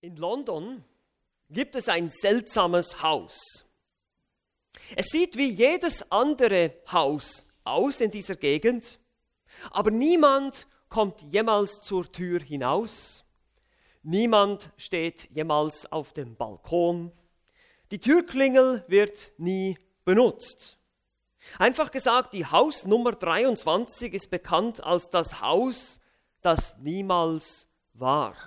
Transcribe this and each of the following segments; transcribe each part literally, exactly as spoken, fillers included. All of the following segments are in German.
In London gibt es ein seltsames Haus. Es sieht wie jedes andere Haus aus in dieser Gegend, aber niemand kommt jemals zur Tür hinaus. Niemand steht jemals auf dem Balkon. Die Türklingel wird nie benutzt. Einfach gesagt, die Hausnummer dreiundzwanzig ist bekannt als das Haus, das niemals war.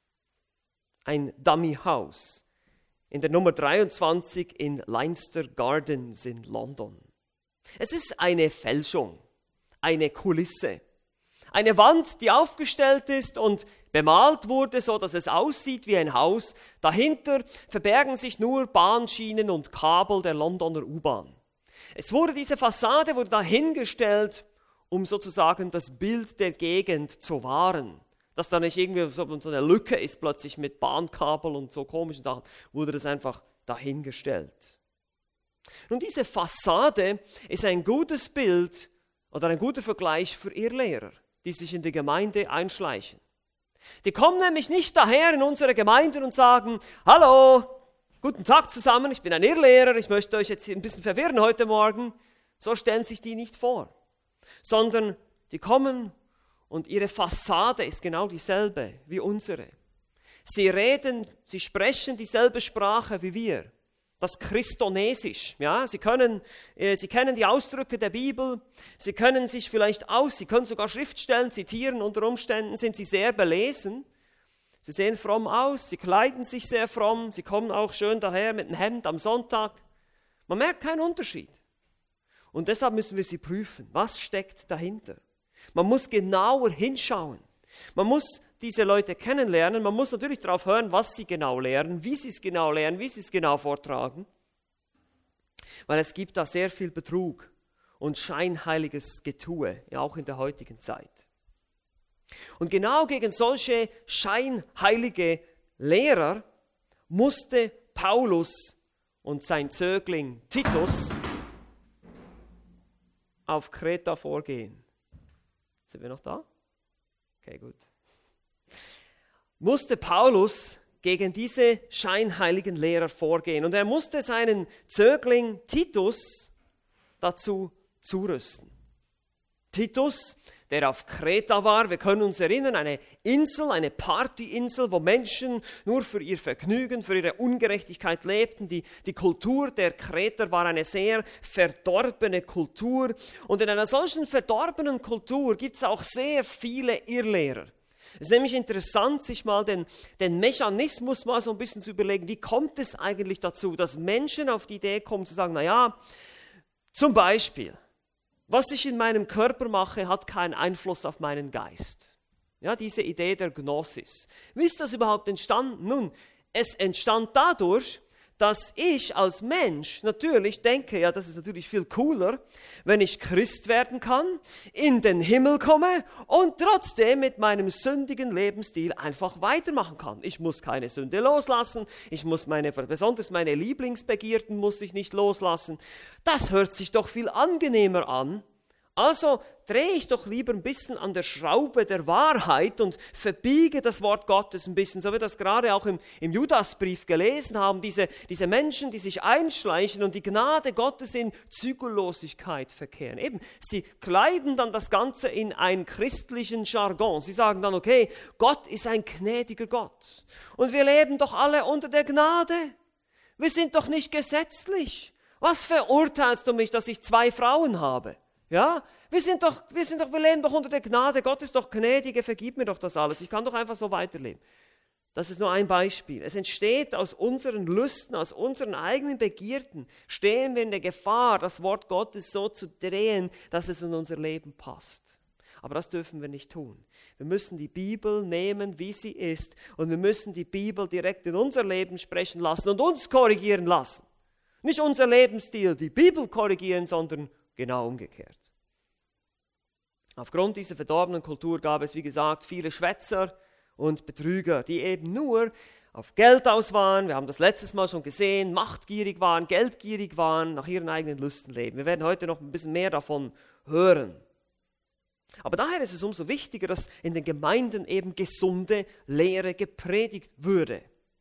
Ein Dummy-Haus in der Nummer dreiundzwanzig in Leinster Gardens in London. Es ist eine Fälschung, eine Kulisse, eine Wand, die aufgestellt ist und bemalt wurde, so dass es aussieht wie ein Haus. Dahinter verbergen sich nur Bahnschienen und Kabel der Londoner U-Bahn. Es wurde diese Fassade wurde dahingestellt, um sozusagen das Bild der Gegend zu wahren. Dass da nicht irgendwie so eine Lücke ist plötzlich mit Bahnkabel und so komischen Sachen, wurde das einfach dahingestellt. Nun, diese Fassade ist ein gutes Bild oder ein guter Vergleich für Irrlehrer, die sich in die Gemeinde einschleichen. Die kommen nämlich nicht daher in unsere Gemeinde und sagen, hallo, guten Tag zusammen, ich bin ein Irrlehrer, ich möchte euch jetzt ein bisschen verwirren heute Morgen. So stellen sich die nicht vor, sondern die kommen und ihre Fassade ist genau dieselbe wie unsere. Sie reden, sie sprechen dieselbe Sprache wie wir. Das Christonesisch, ja, sie können, äh, sie kennen die Ausdrücke der Bibel, sie können sich vielleicht aus, sie können sogar Schriftstellen zitieren, unter Umständen sind sie sehr belesen, sie sehen fromm aus, sie kleiden sich sehr fromm, sie kommen auch schön daher mit dem Hemd am Sonntag. Man merkt keinen Unterschied. Und deshalb müssen wir sie prüfen, was steckt dahinter. Man muss genauer hinschauen. Man muss diese Leute kennenlernen. Man muss natürlich darauf hören, was sie genau lehren, wie sie es genau lehren, wie sie es genau vortragen. Weil es gibt da sehr viel Betrug und scheinheiliges Getue, ja, auch in der heutigen Zeit. Und genau gegen solche scheinheilige Lehrer musste Paulus und sein Zögling Titus auf Kreta vorgehen. Sind wir noch da? Okay, gut. Musste Paulus gegen diese scheinheiligen Lehrer vorgehen und er musste seinen Zögling Titus dazu zurüsten. Titus, der auf Kreta war, wir können uns erinnern, eine Insel, eine Partyinsel, wo Menschen nur für ihr Vergnügen, für ihre Ungerechtigkeit lebten. Die, die Kultur der Kreter war eine sehr verdorbene Kultur. Und in einer solchen verdorbenen Kultur gibt es auch sehr viele Irrlehrer. Es ist nämlich interessant, sich mal den, den Mechanismus mal so ein bisschen zu überlegen, wie kommt es eigentlich dazu, dass Menschen auf die Idee kommen zu sagen, naja, zum Beispiel, was ich in meinem Körper mache, hat keinen Einfluss auf meinen Geist. Ja, diese Idee der Gnosis. Wie ist das überhaupt entstanden? Nun, es entstand dadurch, dass ich als Mensch natürlich denke, ja, das ist natürlich viel cooler, wenn ich Christ werden kann, in den Himmel komme und trotzdem mit meinem sündigen Lebensstil einfach weitermachen kann. Ich muss keine Sünde loslassen, ich muss meine, besonders meine Lieblingsbegierden muss ich nicht loslassen. Das hört sich doch viel angenehmer an. Also drehe ich doch lieber ein bisschen an der Schraube der Wahrheit und verbiege das Wort Gottes ein bisschen, so wie wir das gerade auch im, im Judasbrief gelesen haben, diese, diese Menschen, die sich einschleichen und die Gnade Gottes in Zügellosigkeit verkehren. Eben, sie kleiden dann das Ganze in einen christlichen Jargon. Sie sagen dann, okay, Gott ist ein gnädiger Gott und wir leben doch alle unter der Gnade. Wir sind doch nicht gesetzlich. Was verurteilst du mich, dass ich zwei Frauen habe? Ja, wir sind doch, wir sind doch, wir leben doch unter der Gnade. Gott ist doch gnädig, vergib mir doch das alles. Ich kann doch einfach so weiterleben. Das ist nur ein Beispiel. Es entsteht aus unseren Lüsten, aus unseren eigenen Begierden, stehen wir in der Gefahr, das Wort Gottes so zu drehen, dass es in unser Leben passt. Aber das dürfen wir nicht tun. Wir müssen die Bibel nehmen, wie sie ist, und wir müssen die Bibel direkt in unser Leben sprechen lassen und uns korrigieren lassen. Nicht unser Lebensstil, die Bibel korrigieren, sondern genau umgekehrt. Aufgrund dieser verdorbenen Kultur gab es, wie gesagt, viele Schwätzer und Betrüger, die eben nur auf Geld aus waren. Wir haben das letztes Mal schon gesehen, machtgierig waren, geldgierig waren, nach ihren eigenen Lüsten leben. Wir werden heute noch ein bisschen mehr davon hören. Aber daher ist es umso wichtiger, dass in den Gemeinden eben gesunde Lehre gepredigt würde.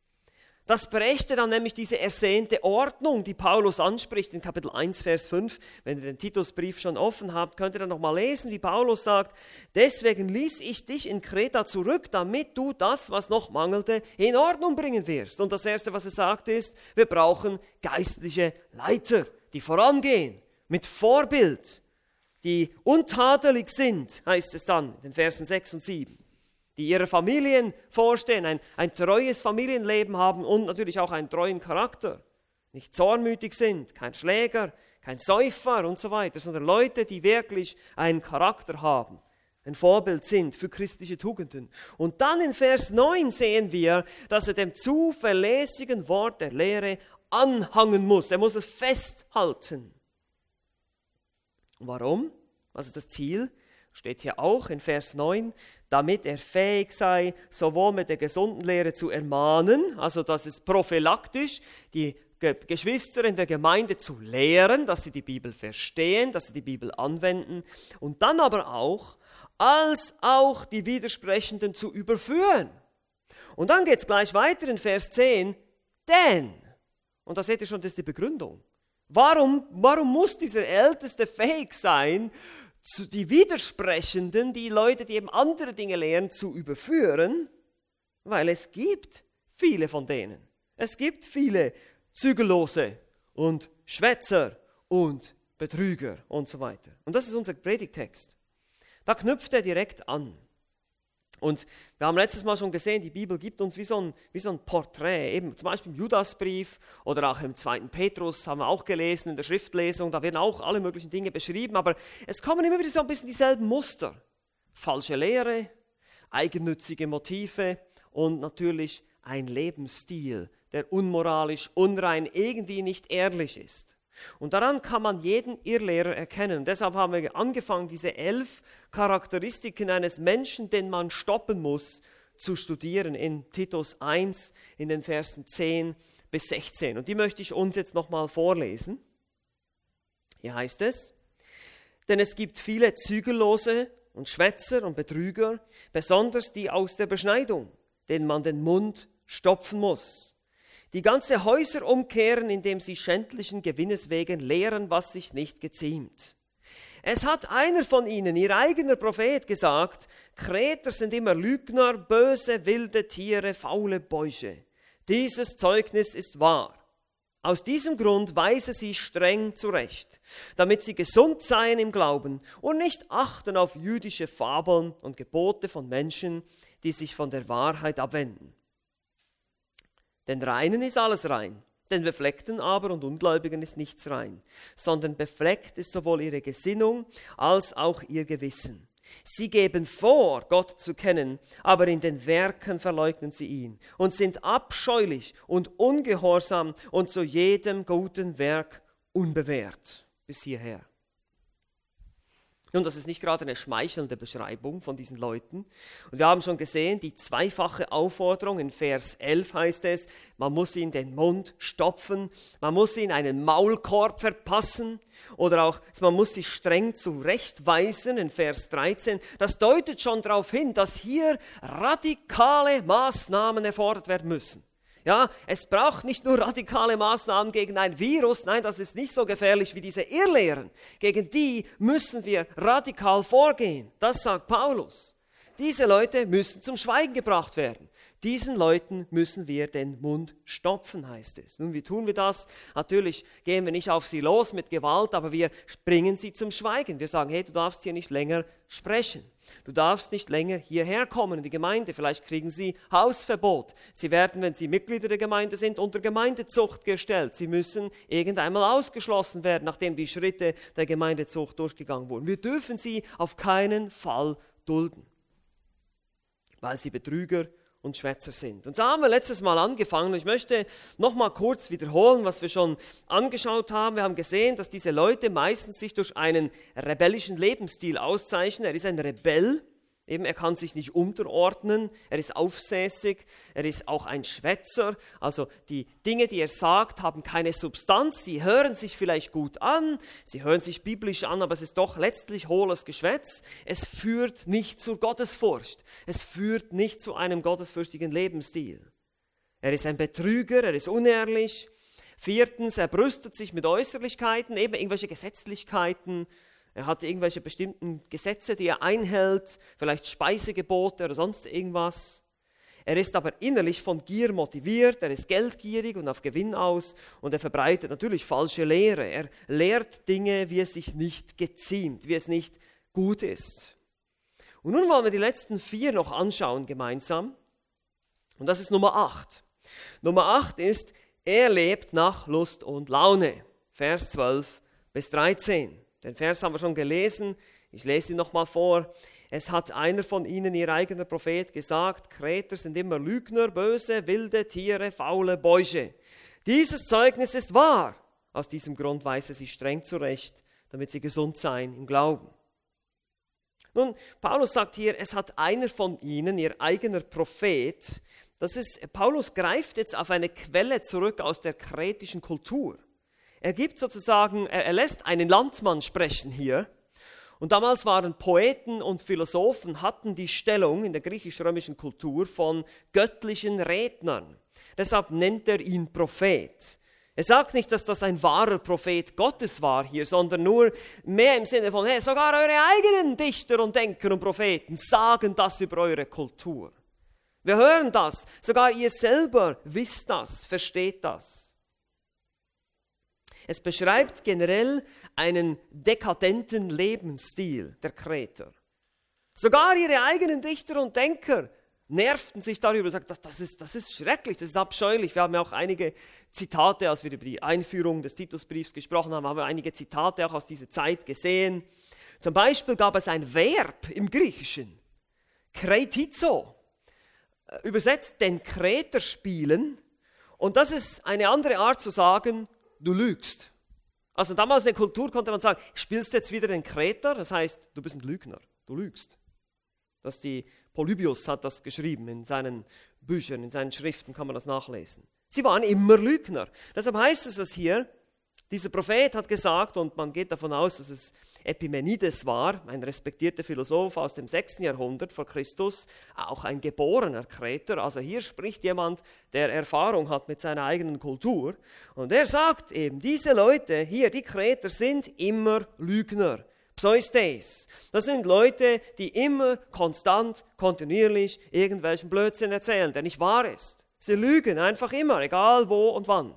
Das brächte dann nämlich diese ersehnte Ordnung, die Paulus anspricht in Kapitel eins, Vers fünf. Wenn ihr den Titusbrief schon offen habt, könnt ihr dann nochmal lesen, wie Paulus sagt, deswegen ließ ich dich in Kreta zurück, damit du das, was noch mangelte, in Ordnung bringen wirst. Und das Erste, was er sagt, ist, wir brauchen geistliche Leiter, die vorangehen, mit Vorbild, die untadelig sind, heißt es dann in den Versen sechs und sieben. Die ihre Familien vorstehen, ein, ein treues Familienleben haben und natürlich auch einen treuen Charakter. Nicht zornmütig sind, kein Schläger, kein Säufer und so weiter, sondern Leute, die wirklich einen Charakter haben, ein Vorbild sind für christliche Tugenden. Und dann in Vers neun sehen wir, dass er dem zuverlässigen Wort der Lehre anhangen muss. Er muss es festhalten. Und warum? Was ist das Ziel? Steht hier auch in Vers neun, damit er fähig sei, sowohl mit der gesunden Lehre zu ermahnen, also das ist prophylaktisch, die Ge- Geschwister in der Gemeinde zu lehren, dass sie die Bibel verstehen, dass sie die Bibel anwenden und dann aber auch, als auch die Widersprechenden zu überführen. Und dann geht es gleich weiter in Vers zehn, denn, und da seht ihr schon, das ist die Begründung, warum, warum muss dieser Älteste fähig sein, die Widersprechenden, die Leute, die eben andere Dinge lehren, zu überführen, weil es gibt viele von denen. Es gibt viele Zügellose und Schwätzer und Betrüger und so weiter. Und das ist unser Predigtext. Da knüpft er direkt an. Und wir haben letztes Mal schon gesehen, die Bibel gibt uns wie so ein, wie so ein Porträt, eben zum Beispiel im Judasbrief oder auch im zweiten Petrus haben wir auch gelesen in der Schriftlesung, da werden auch alle möglichen Dinge beschrieben, aber es kommen immer wieder so ein bisschen dieselben Muster. Falsche Lehre, eigennützige Motive und natürlich ein Lebensstil, der unmoralisch, unrein, irgendwie nicht ehrlich ist. Und daran kann man jeden Irrlehrer erkennen. Und deshalb haben wir angefangen, diese elf Charakteristiken eines Menschen, den man stoppen muss, zu studieren in Titus eins, in den Versen zehn bis sechzehn. Und die möchte ich uns jetzt nochmal vorlesen. Hier heißt es, denn es gibt viele Zügellose und Schwätzer und Betrüger, besonders die aus der Beschneidung, denen man den Mund stopfen muss. Die ganze Häuser umkehren, indem sie schändlichen Gewinnes wegen lehren, was sich nicht geziemt. Es hat einer von ihnen, ihr eigener Prophet, gesagt, Kreter sind immer Lügner, böse, wilde Tiere, faule Bäuche. Dieses Zeugnis ist wahr. Aus diesem Grund weise sie streng zurecht, damit sie gesund seien im Glauben und nicht achten auf jüdische Fabeln und Gebote von Menschen, die sich von der Wahrheit abwenden. Den Reinen ist alles rein, den Befleckten aber und Ungläubigen ist nichts rein, sondern befleckt ist sowohl ihre Gesinnung als auch ihr Gewissen. Sie geben vor, Gott zu kennen, aber in den Werken verleugnen sie ihn und sind abscheulich und ungehorsam und zu jedem guten Werk unbewehrt. Bis hierher. Nun, das ist nicht gerade eine schmeichelnde Beschreibung von diesen Leuten. Und wir haben schon gesehen, die zweifache Aufforderung in Vers elf heißt es, man muss ihnen den Mund stopfen, man muss ihnen einen Maulkorb verpassen oder auch, man muss sie streng zurechtweisen in Vers dreizehn. Das deutet schon darauf hin, dass hier radikale Maßnahmen erfordert werden müssen. Ja, es braucht nicht nur radikale Maßnahmen gegen ein Virus, nein, das ist nicht so gefährlich wie diese Irrlehren. Gegen die müssen wir radikal vorgehen. Das sagt Paulus. Diese Leute müssen zum Schweigen gebracht werden. Diesen Leuten müssen wir den Mund stopfen, heißt es. Nun, wie tun wir das? Natürlich gehen wir nicht auf sie los mit Gewalt, aber wir bringen sie zum Schweigen. Wir sagen, hey, du darfst hier nicht länger sprechen. Du darfst nicht länger hierher kommen in die Gemeinde. Vielleicht kriegen sie Hausverbot. Sie werden, wenn sie Mitglieder der Gemeinde sind, unter Gemeindezucht gestellt. Sie müssen irgendeinmal ausgeschlossen werden, nachdem die Schritte der Gemeindezucht durchgegangen wurden. Wir dürfen sie auf keinen Fall dulden, weil sie Betrüger und Schwätzer sind. Und so haben wir letztes Mal angefangen. Ich möchte noch mal kurz wiederholen, was wir schon angeschaut haben. Wir haben gesehen, dass diese Leute meistens sich durch einen rebellischen Lebensstil auszeichnen. Er ist ein Rebell. Eben, er kann sich nicht unterordnen, er ist aufsässig, er ist auch ein Schwätzer. Also die Dinge, die er sagt, haben keine Substanz. Sie hören sich vielleicht gut an, sie hören sich biblisch an, aber es ist doch letztlich hohles Geschwätz. Es führt nicht zur Gottesfurcht. Es führt nicht zu einem gottesfürchtigen Lebensstil. Er ist ein Betrüger, er ist unehrlich. Viertens, er brüstet sich mit Äußerlichkeiten, eben irgendwelche Gesetzlichkeiten. Er hat irgendwelche bestimmten Gesetze, die er einhält, vielleicht Speisegebote oder sonst irgendwas. Er ist aber innerlich von Gier motiviert, er ist geldgierig und auf Gewinn aus und er verbreitet natürlich falsche Lehre. Er lehrt Dinge, wie es sich nicht geziemt, wie es nicht gut ist. Und nun wollen wir die letzten vier noch anschauen gemeinsam. Und das ist Nummer acht. Nummer acht ist, er lebt nach Lust und Laune. Vers zwölf bis dreizehn. Den Vers haben wir schon gelesen, ich lese ihn nochmal vor. Es hat einer von ihnen, ihr eigener Prophet, gesagt, Kreter sind immer Lügner, böse, wilde Tiere, faule Bäuche. Dieses Zeugnis ist wahr. Aus diesem Grund weise sie streng zurecht, damit sie gesund seien im Glauben. Nun, Paulus sagt hier, es hat einer von ihnen, ihr eigener Prophet. Das ist, Paulus greift jetzt auf eine Quelle zurück aus der kretischen Kultur. Er gibt sozusagen, er, er lässt einen Landsmann sprechen hier. Und damals waren Poeten und Philosophen, hatten die Stellung in der griechisch-römischen Kultur von göttlichen Rednern. Deshalb nennt er ihn Prophet. Er sagt nicht, dass das ein wahrer Prophet Gottes war hier, sondern nur mehr im Sinne von, hey, sogar eure eigenen Dichter und Denker und Propheten sagen das über eure Kultur. Wir hören das, sogar ihr selber wisst das, versteht das. Es beschreibt generell einen dekadenten Lebensstil der Kreter. Sogar ihre eigenen Dichter und Denker nervten sich darüber und sagten, das, das, ist, das ist schrecklich, das ist abscheulich. Wir haben ja auch einige Zitate, als wir über die Einführung des Titusbriefs gesprochen haben, haben wir einige Zitate auch aus dieser Zeit gesehen. Zum Beispiel gab es ein Verb im Griechischen, kreitizo, übersetzt den Kreter spielen. Und das ist eine andere Art zu sagen, du lügst. Also damals in der Kultur konnte man sagen, spielst du jetzt wieder den Kreter? Das heißt, du bist ein Lügner, du lügst. Das die Polybius hat das geschrieben in seinen Büchern, in seinen Schriften kann man das nachlesen. Sie waren immer Lügner. Deshalb heißt es das hier, dieser Prophet hat gesagt, und man geht davon aus, dass es Epimenides war, ein respektierter Philosoph aus dem sechsten Jahrhundert vor Christus, auch ein geborener Kreter. Also hier spricht jemand, der Erfahrung hat mit seiner eigenen Kultur. Und er sagt eben, diese Leute hier, die Kreter, sind immer Lügner. Pseustes. Das sind Leute, die immer konstant, kontinuierlich irgendwelchen Blödsinn erzählen, der nicht wahr ist. Sie lügen einfach immer, egal wo und wann.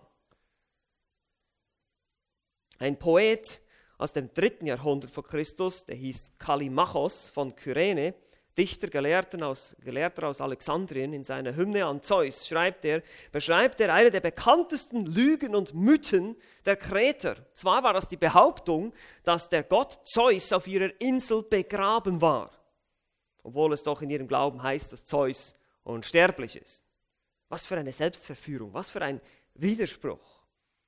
Ein Poet aus dem dritten Jahrhundert vor Christus, der hieß Kallimachos von Kyrene, Dichter, Gelehrter aus, Gelehrter aus Alexandrien, in seiner Hymne an Zeus schreibt er, beschreibt er eine der bekanntesten Lügen und Mythen der Kreter. Zwar war das die Behauptung, dass der Gott Zeus auf ihrer Insel begraben war, obwohl es doch in ihrem Glauben heißt, dass Zeus unsterblich ist. Was für eine Selbstverführung, was für ein Widerspruch.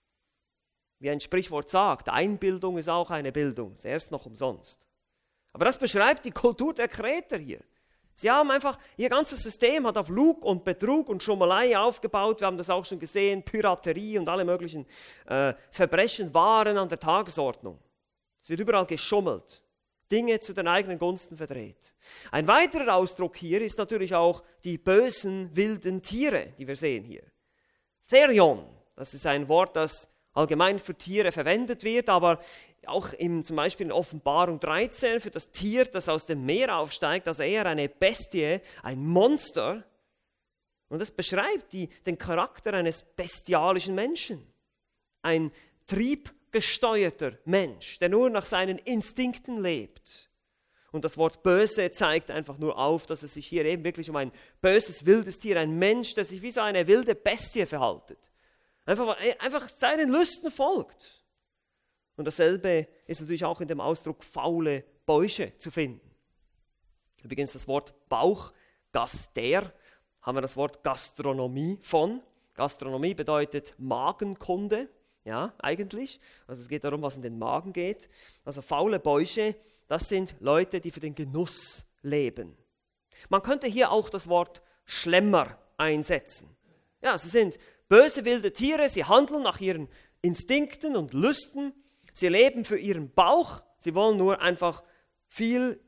Wie ein Sprichwort sagt, Einbildung ist auch eine Bildung, ist erst noch umsonst. Aber das beschreibt die Kultur der Kreter hier. Sie haben einfach, ihr ganzes System hat auf Lug und Betrug und Schummelei aufgebaut. Wir haben das auch schon gesehen, Piraterie und alle möglichen äh, Verbrechen waren an der Tagesordnung. Es wird überall geschummelt, Dinge zu den eigenen Gunsten verdreht. Ein weiterer Ausdruck hier ist natürlich auch die bösen, wilden Tiere, die wir sehen hier. Therion, das ist ein Wort, das allgemein für Tiere verwendet wird, aber auch im, zum Beispiel in Offenbarung dreizehn für das Tier, das aus dem Meer aufsteigt, also eher eine Bestie, ein Monster. Und das beschreibt die, den Charakter eines bestialischen Menschen. Ein triebgesteuerter Mensch, der nur nach seinen Instinkten lebt. Und das Wort böse zeigt einfach nur auf, dass es sich hier eben wirklich um ein böses, wildes Tier, ein Mensch, der sich wie so eine wilde Bestie verhaltet. Einfach, einfach seinen Lüsten folgt. Und dasselbe ist natürlich auch in dem Ausdruck faule Bäuche zu finden. Übrigens das Wort Bauch, Gaster, haben wir das Wort Gastronomie von. Gastronomie bedeutet Magenkunde, ja, eigentlich. Also es geht darum, was in den Magen geht. Also faule Bäuche, das sind Leute, die für den Genuss leben. Man könnte hier auch das Wort Schlemmer einsetzen. Ja, sie sind böse, wilde Tiere, sie handeln nach ihren Instinkten und Lüsten. Sie leben für ihren Bauch, sie wollen nur einfach viel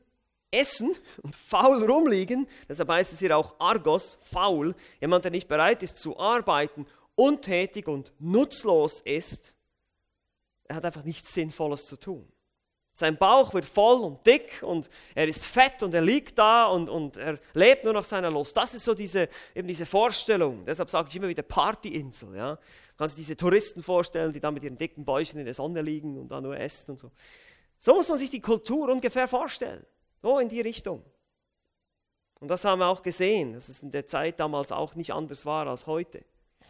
essen und faul rumliegen, deshalb heißt es hier auch Argos, faul, jemand, der nicht bereit ist zu arbeiten, untätig und nutzlos ist, er hat einfach nichts Sinnvolles zu tun. Sein Bauch wird voll und dick und er ist fett und er liegt da und, und er lebt nur nach seiner Lust. Das ist so diese, eben diese Vorstellung. Deshalb sage ich immer wieder Partyinsel. Ja? Kannst du diese Touristen vorstellen, die da mit ihren dicken Bäuchen in der Sonne liegen und da nur essen und so. So muss man sich die Kultur ungefähr vorstellen. So in die Richtung. Und das haben wir auch gesehen, dass es in der Zeit damals auch nicht anders war als heute.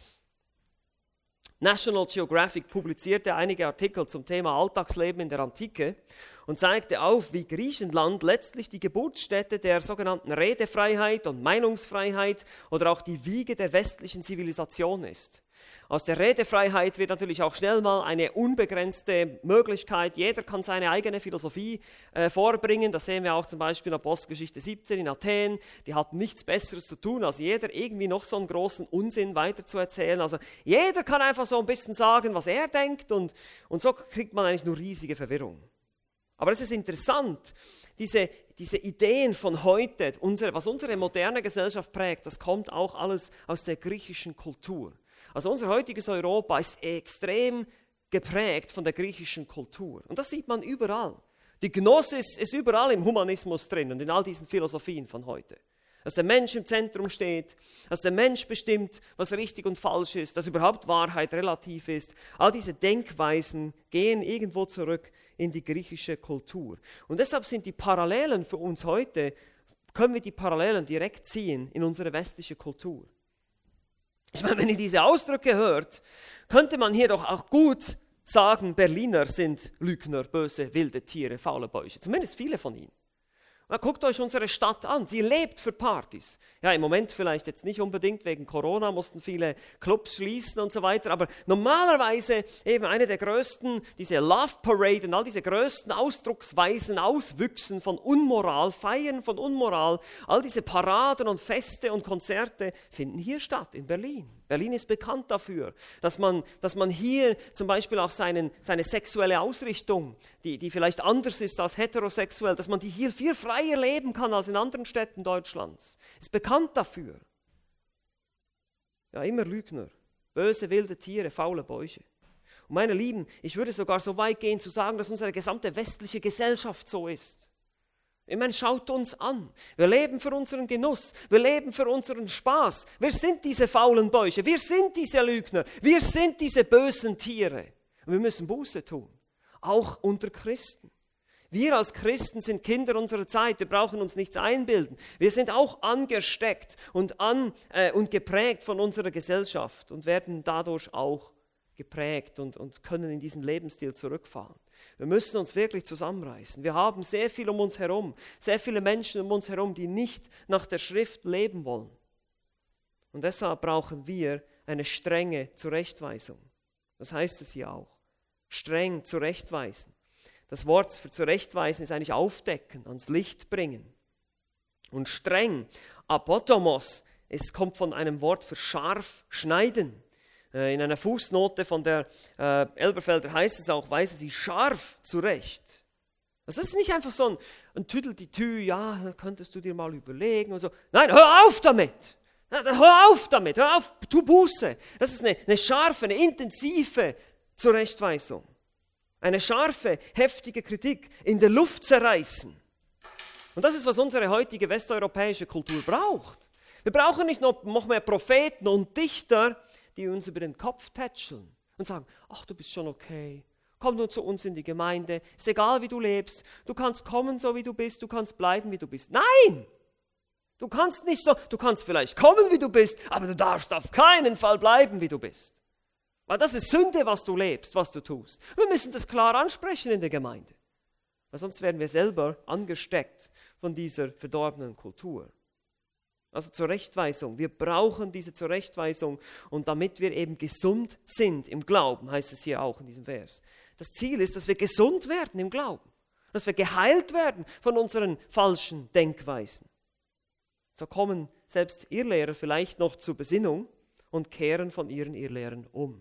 National Geographic publizierte einige Artikel zum Thema Alltagsleben in der Antike und zeigte auf, wie Griechenland letztlich die Geburtsstätte der sogenannten Redefreiheit und Meinungsfreiheit oder auch die Wiege der westlichen Zivilisation ist. Aus der Redefreiheit wird natürlich auch schnell mal eine unbegrenzte Möglichkeit. Jeder kann seine eigene Philosophie äh, vorbringen. Das sehen wir auch zum Beispiel in Apostelgeschichte siebzehn in Athen. Die hatten nichts Besseres zu tun, als jeder irgendwie noch so einen großen Unsinn weiterzuerzählen. Also jeder kann einfach so ein bisschen sagen, was er denkt und, und so kriegt man eigentlich nur riesige Verwirrung. Aber es ist interessant, diese, diese Ideen von heute, unsere, was unsere moderne Gesellschaft prägt, das kommt auch alles aus der griechischen Kultur. Also unser heutiges Europa ist extrem geprägt von der griechischen Kultur. Und das sieht man überall. Die Gnosis ist überall im Humanismus drin und in all diesen Philosophien von heute. Dass der Mensch im Zentrum steht, dass der Mensch bestimmt, was richtig und falsch ist, dass überhaupt Wahrheit relativ ist. All diese Denkweisen gehen irgendwo zurück in die griechische Kultur. Und deshalb sind die Parallelen für uns heute, können wir die Parallelen direkt ziehen in unsere westliche Kultur. Ich meine, wenn ihr diese Ausdrücke hört, könnte man hier doch auch gut sagen, Berliner sind Lügner, böse, wilde Tiere, faule Bäuche. Zumindest viele von ihnen. Na, guckt euch unsere Stadt an, sie lebt für Partys. Ja, im Moment vielleicht jetzt nicht unbedingt, wegen Corona mussten viele Clubs schließen und so weiter, aber normalerweise eben eine der größten, diese Love Parade und all diese größten Ausdrucksweisen, Auswüchsen von Unmoral, Feiern von Unmoral, all diese Paraden und Feste und Konzerte finden hier statt, in Berlin. Berlin ist bekannt dafür, dass man, dass man hier zum Beispiel auch seinen, seine sexuelle Ausrichtung, die, die vielleicht anders ist als heterosexuell, dass man die hier viel freier leben kann als in anderen Städten Deutschlands. Ist bekannt dafür. Ja, immer Lügner, böse, wilde Tiere, faule Bäuche. Und meine Lieben, ich würde sogar so weit gehen zu sagen, dass unsere gesamte westliche Gesellschaft so ist. Ich meine, schaut uns an. Wir leben für unseren Genuss. Wir leben für unseren Spaß. Wir sind diese faulen Bäuche. Wir sind diese Lügner. Wir sind diese bösen Tiere. Und wir müssen Buße tun. Auch unter Christen. Wir als Christen sind Kinder unserer Zeit. Wir brauchen uns nichts einbilden. Wir sind auch angesteckt und, an, äh, und geprägt von unserer Gesellschaft und werden dadurch auch geprägt und, und können in diesen Lebensstil zurückfahren. Wir müssen uns wirklich zusammenreißen. Wir haben sehr viel um uns herum, sehr viele Menschen um uns herum, die nicht nach der Schrift leben wollen. Und deshalb brauchen wir eine strenge Zurechtweisung. Das heißt es hier auch. Streng zurechtweisen. Das Wort für zurechtweisen ist eigentlich aufdecken, ans Licht bringen. Und streng, apotomos, es kommt von einem Wort für scharf schneiden. In einer Fußnote von der äh, Elberfelder heißt es auch, weise sie scharf zurecht. Das ist nicht einfach so ein, ein Tüdeltitü, ja, könntest du dir mal überlegen und so. Nein, hör auf damit! Hör auf damit, hör auf, tu Buße. Das ist eine, eine scharfe, eine intensive Zurechtweisung. Eine scharfe, heftige Kritik, in der Luft zerreißen. Und das ist, was unsere heutige westeuropäische Kultur braucht. Wir brauchen nicht noch, noch mehr Propheten und Dichter, die uns über den Kopf tätscheln und sagen, ach, du bist schon okay, komm nur zu uns in die Gemeinde, ist egal, wie du lebst, du kannst kommen, so wie du bist, du kannst bleiben, wie du bist. Nein! Du kannst nicht so, du kannst vielleicht kommen, wie du bist, aber du darfst auf keinen Fall bleiben, wie du bist. Weil das ist Sünde, was du lebst, was du tust. Wir müssen das klar ansprechen in der Gemeinde, weil sonst werden wir selber angesteckt von dieser verdorbenen Kultur. Also Zurechtweisung. Wir brauchen diese Zurechtweisung und damit wir eben gesund sind im Glauben, heißt es hier auch in diesem Vers. Das Ziel ist, dass wir gesund werden im Glauben, dass wir geheilt werden von unseren falschen Denkweisen. So kommen selbst Irrlehrer vielleicht noch zur Besinnung und kehren von ihren Irrlehren um.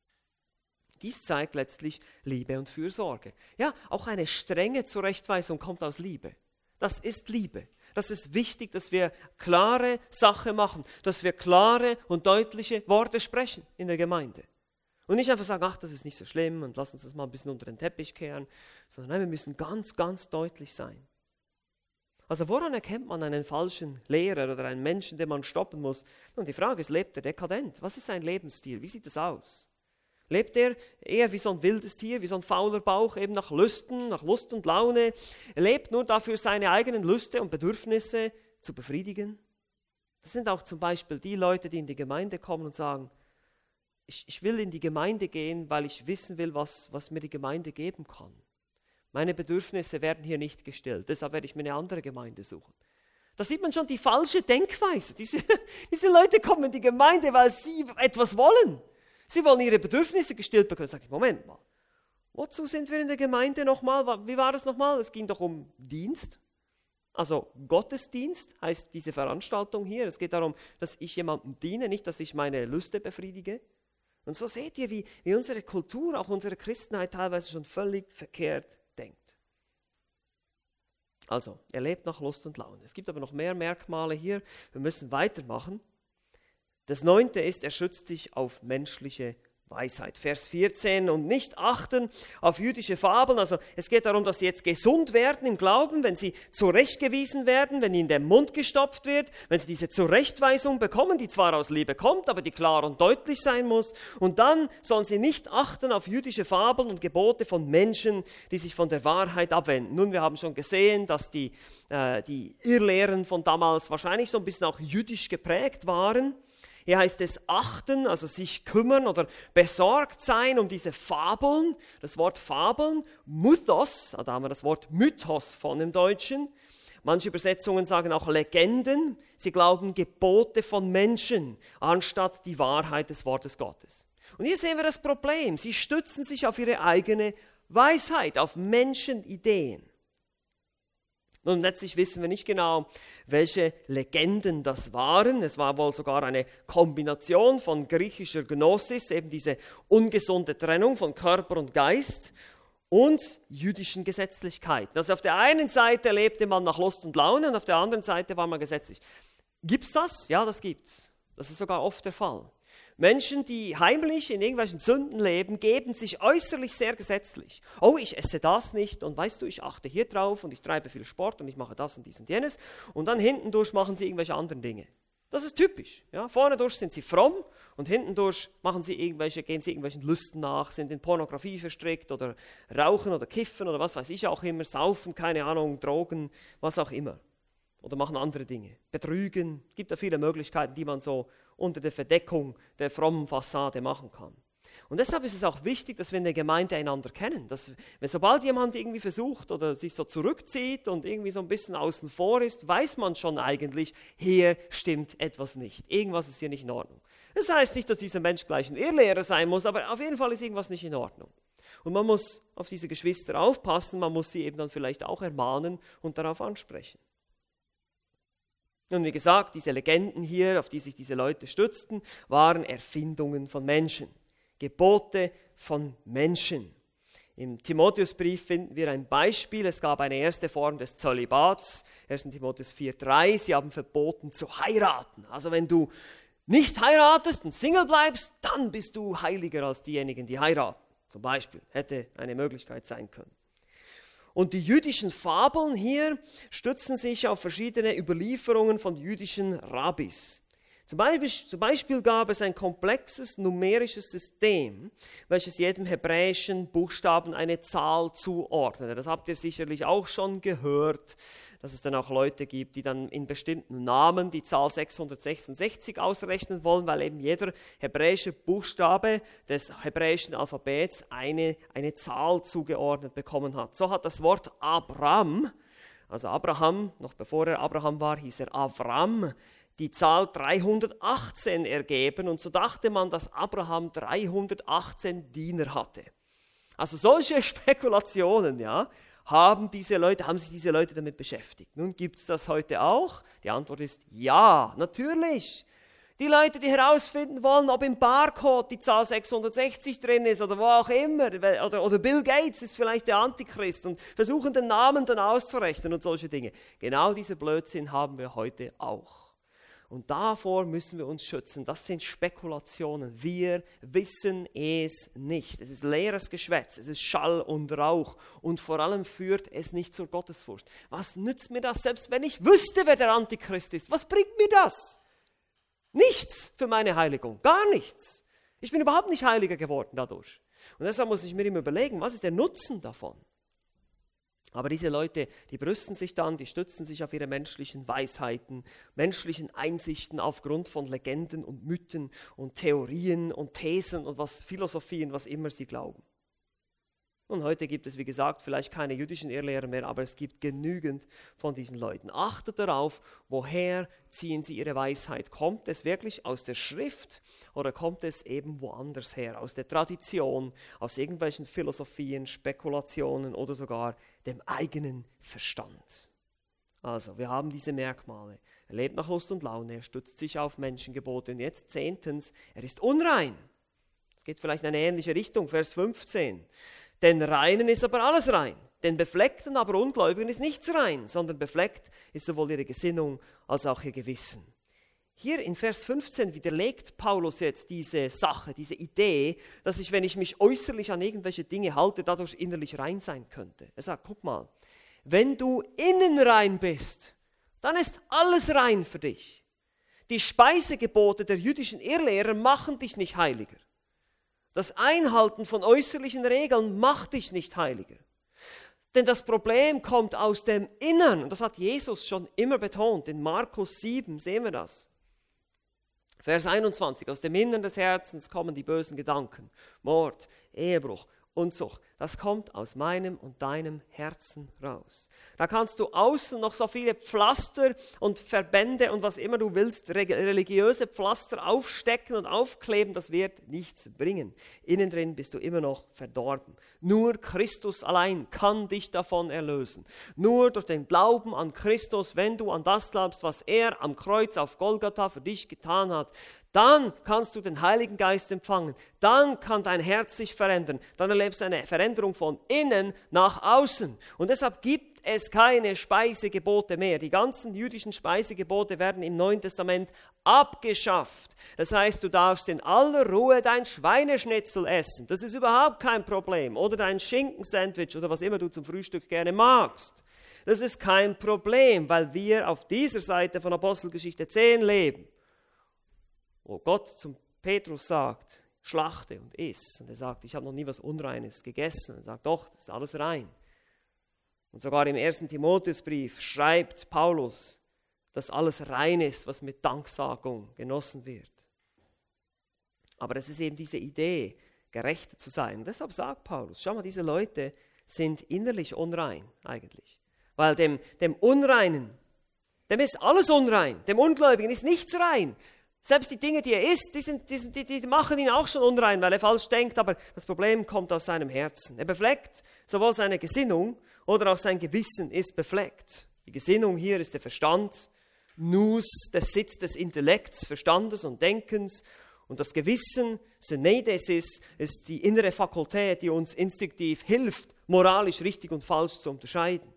Dies zeigt letztlich Liebe und Fürsorge. Ja, auch eine strenge Zurechtweisung kommt aus Liebe. Das ist Liebe. Das ist wichtig, dass wir klare Sache machen, dass wir klare und deutliche Worte sprechen in der Gemeinde. Und nicht einfach sagen, ach, das ist nicht so schlimm und lass uns das mal ein bisschen unter den Teppich kehren, sondern nein, wir müssen ganz, ganz deutlich sein. Also woran erkennt man einen falschen Lehrer oder einen Menschen, den man stoppen muss? Und die Frage ist, lebt er dekadent? Was ist sein Lebensstil? Wie sieht das aus? Lebt er eher wie so ein wildes Tier, wie so ein fauler Bauch, eben nach Lüsten, nach Lust und Laune? Er lebt nur dafür, seine eigenen Lüste und Bedürfnisse zu befriedigen? Das sind auch zum Beispiel die Leute, die in die Gemeinde kommen und sagen, ich, ich will in die Gemeinde gehen, weil ich wissen will, was, was mir die Gemeinde geben kann. Meine Bedürfnisse werden hier nicht gestillt, deshalb werde ich mir eine andere Gemeinde suchen. Da sieht man schon die falsche Denkweise. Diese, diese Leute kommen in die Gemeinde, weil sie etwas wollen. Sie wollen ihre Bedürfnisse gestillt bekommen. Sag ich, Moment mal, wozu sind wir in der Gemeinde nochmal? Wie war das nochmal? Es ging doch um Dienst. Also Gottesdienst heißt diese Veranstaltung hier. Es geht darum, dass ich jemandem diene, nicht, dass ich meine Lüste befriedige. Und so seht ihr, wie, wie unsere Kultur, auch unsere Christenheit teilweise schon völlig verkehrt denkt. Also, er lebt nach Lust und Laune. Es gibt aber noch mehr Merkmale hier. Wir müssen weitermachen. Das neunte ist, er schützt sich auf menschliche Weisheit. Vers vierzehn, und nicht achten auf jüdische Fabeln. Also es geht darum, dass sie jetzt gesund werden im Glauben, wenn sie zurechtgewiesen werden, wenn ihnen der Mund gestopft wird, wenn sie diese Zurechtweisung bekommen, die zwar aus Liebe kommt, aber die klar und deutlich sein muss. Und dann sollen sie nicht achten auf jüdische Fabeln und Gebote von Menschen, die sich von der Wahrheit abwenden. Nun, wir haben schon gesehen, dass die, äh, die Irrlehren von damals wahrscheinlich so ein bisschen auch jüdisch geprägt waren. Hier heißt es achten, also sich kümmern oder besorgt sein um diese Fabeln. Das Wort Fabeln, Mythos, da haben wir das Wort Mythos von im Deutschen. Manche Übersetzungen sagen auch Legenden. Sie glauben Gebote von Menschen, anstatt die Wahrheit des Wortes Gottes. Und hier sehen wir das Problem. Sie stützen sich auf ihre eigene Weisheit, auf Menschenideen. Nun, letztlich wissen wir nicht genau, welche Legenden das waren. Es war wohl sogar eine Kombination von griechischer Gnosis, eben diese ungesunde Trennung von Körper und Geist, und jüdischen Gesetzlichkeiten. Also auf der einen Seite lebte man nach Lust und Laune und auf der anderen Seite war man gesetzlich. Gibt's das? Ja, das gibt's. Das ist sogar oft der Fall. Menschen, die heimlich in irgendwelchen Sünden leben, geben sich äußerlich sehr gesetzlich. Oh, ich esse das nicht und weißt du, ich achte hier drauf und ich treibe viel Sport und ich mache das und dies und jenes. Und dann hinten durch machen sie irgendwelche anderen Dinge. Das ist typisch. Ja? Vorne durch sind sie fromm und hinten durch machen sie irgendwelche, gehen sie irgendwelchen Lüsten nach, sind in Pornografie verstrickt oder rauchen oder kiffen oder was weiß ich auch immer, saufen, keine Ahnung, Drogen, was auch immer. Oder machen andere Dinge. Betrügen. Es gibt da viele Möglichkeiten, die man so unter der Verdeckung der frommen Fassade machen kann. Und deshalb ist es auch wichtig, dass wir in der Gemeinde einander kennen. Dass, wenn sobald jemand irgendwie versucht oder sich so zurückzieht und irgendwie so ein bisschen außen vor ist, weiß man schon eigentlich, hier stimmt etwas nicht. Irgendwas ist hier nicht in Ordnung. Das heißt nicht, dass dieser Mensch gleich ein Irrlehrer sein muss, aber auf jeden Fall ist irgendwas nicht in Ordnung. Und man muss auf diese Geschwister aufpassen, man muss sie eben dann vielleicht auch ermahnen und darauf ansprechen. Und wie gesagt, diese Legenden hier, auf die sich diese Leute stützten, waren Erfindungen von Menschen, Gebote von Menschen. Im Timotheusbrief finden wir ein Beispiel. Es gab eine erste Form des Zölibats, erster Timotheus vier drei. Sie haben verboten zu heiraten. Also wenn du nicht heiratest und Single bleibst, dann bist du heiliger als diejenigen, die heiraten. Zum Beispiel hätte eine Möglichkeit sein können. Und die jüdischen Fabeln hier stützen sich auf verschiedene Überlieferungen von jüdischen Rabbis. Zum Beispiel, zum Beispiel gab es ein komplexes numerisches System, welches jedem hebräischen Buchstaben eine Zahl zuordnete. Das habt ihr sicherlich auch schon gehört, dass es dann auch Leute gibt, die dann in bestimmten Namen die Zahl sechshundertsechsundsechzig ausrechnen wollen, weil eben jeder hebräische Buchstabe des hebräischen Alphabets eine, eine Zahl zugeordnet bekommen hat. So hat das Wort Abram, also Abraham, noch bevor er Abraham war, hieß er Avram, die Zahl dreihundertachtzehn ergeben, und so dachte man, dass Abraham dreihundertachtzehn Diener hatte. Also solche Spekulationen, ja, haben diese Leute, haben sich diese Leute damit beschäftigt. Nun gibt es das heute auch? Die Antwort ist ja, natürlich. Die Leute, die herausfinden wollen, ob im Barcode die Zahl sechshundertsechzig drin ist oder wo auch immer. Oder, oder Bill Gates ist vielleicht der Antichrist und versuchen den Namen dann auszurechnen und solche Dinge. Genau diese Blödsinn haben wir heute auch. Und davor müssen wir uns schützen. Das sind Spekulationen. Wir wissen es nicht. Es ist leeres Geschwätz, es ist Schall und Rauch. Und vor allem führt es nicht zur Gottesfurcht. Was nützt mir das, selbst wenn ich wüsste, wer der Antichrist ist? Was bringt mir das? Nichts für meine Heiligung, gar nichts. Ich bin überhaupt nicht heiliger geworden dadurch. Und deshalb muss ich mir immer überlegen, was ist der Nutzen davon? Aber diese Leute, die brüsten sich dann, die stützen sich auf ihre menschlichen Weisheiten, menschlichen Einsichten aufgrund von Legenden und Mythen und Theorien und Thesen und was Philosophien, was immer sie glauben. Und heute gibt es, wie gesagt, vielleicht keine jüdischen Irrlehrer mehr, aber es gibt genügend von diesen Leuten. Achtet darauf, woher ziehen sie ihre Weisheit? Kommt es wirklich aus der Schrift oder kommt es eben woanders her? Aus der Tradition, aus irgendwelchen Philosophien, Spekulationen oder sogar dem eigenen Verstand? Also, wir haben diese Merkmale. Er lebt nach Lust und Laune, er stützt sich auf Menschengebote. Und jetzt zehntens, er ist unrein. Es geht vielleicht in eine ähnliche Richtung, Vers fünfzehn. Den Reinen ist aber alles rein, den Befleckten aber Ungläubigen ist nichts rein, sondern befleckt ist sowohl ihre Gesinnung als auch ihr Gewissen. Hier in Vers fünfzehn widerlegt Paulus jetzt diese Sache, diese Idee, dass ich, wenn ich mich äußerlich an irgendwelche Dinge halte, dadurch innerlich rein sein könnte. Er sagt, guck mal, wenn du innen rein bist, dann ist alles rein für dich. Die Speisegebote der jüdischen Irrlehrer machen dich nicht heiliger. Das Einhalten von äußerlichen Regeln macht dich nicht heiliger. Denn das Problem kommt aus dem Innern. Und das hat Jesus schon immer betont. In Markus sieben sehen wir das. Vers einundzwanzig. Aus dem Innern des Herzens kommen die bösen Gedanken. Mord, Ehebruch, Unzucht. Das kommt aus meinem und deinem Herzen raus. Da kannst du außen noch so viele Pflaster und Verbände und was immer du willst, religiöse Pflaster aufstecken und aufkleben, das wird nichts bringen. Innen drin bist du immer noch verdorben. Nur Christus allein kann dich davon erlösen. Nur durch den Glauben an Christus, wenn du an das glaubst, was er am Kreuz auf Golgatha für dich getan hat, dann kannst du den Heiligen Geist empfangen. Dann kann dein Herz sich verändern. Dann erlebst du eine Veränderung von innen nach außen. Und deshalb gibt es keine Speisegebote mehr. Die ganzen jüdischen Speisegebote werden im Neuen Testament abgeschafft. Das heißt, du darfst in aller Ruhe dein Schweineschnitzel essen. Das ist überhaupt kein Problem. Oder dein Schinkensandwich oder was immer du zum Frühstück gerne magst. Das ist kein Problem, weil wir auf dieser Seite von Apostelgeschichte zehn leben. Wo Gott zum Petrus sagt, schlachte und iss. Und er sagt, ich habe noch nie was Unreines gegessen. Und er sagt, doch, das ist alles rein. Und sogar im ersten Timotheusbrief schreibt Paulus, dass alles rein ist, was mit Danksagung genossen wird. Aber das ist eben diese Idee, gerecht zu sein. Und deshalb sagt Paulus, schau mal, diese Leute sind innerlich unrein eigentlich. Weil dem, dem Unreinen, dem ist alles unrein. Dem Ungläubigen ist nichts rein. Selbst die Dinge, die er isst, die, sind, die, die, die machen ihn auch schon unrein, weil er falsch denkt, aber das Problem kommt aus seinem Herzen. Er befleckt sowohl seine Gesinnung oder auch sein Gewissen ist befleckt. Die Gesinnung hier ist der Verstand, Nous, der Sitz des Intellekts, Verstandes und Denkens. Und das Gewissen, Syneidesis, ist die innere Fakultät, die uns instinktiv hilft, moralisch richtig und falsch zu unterscheiden.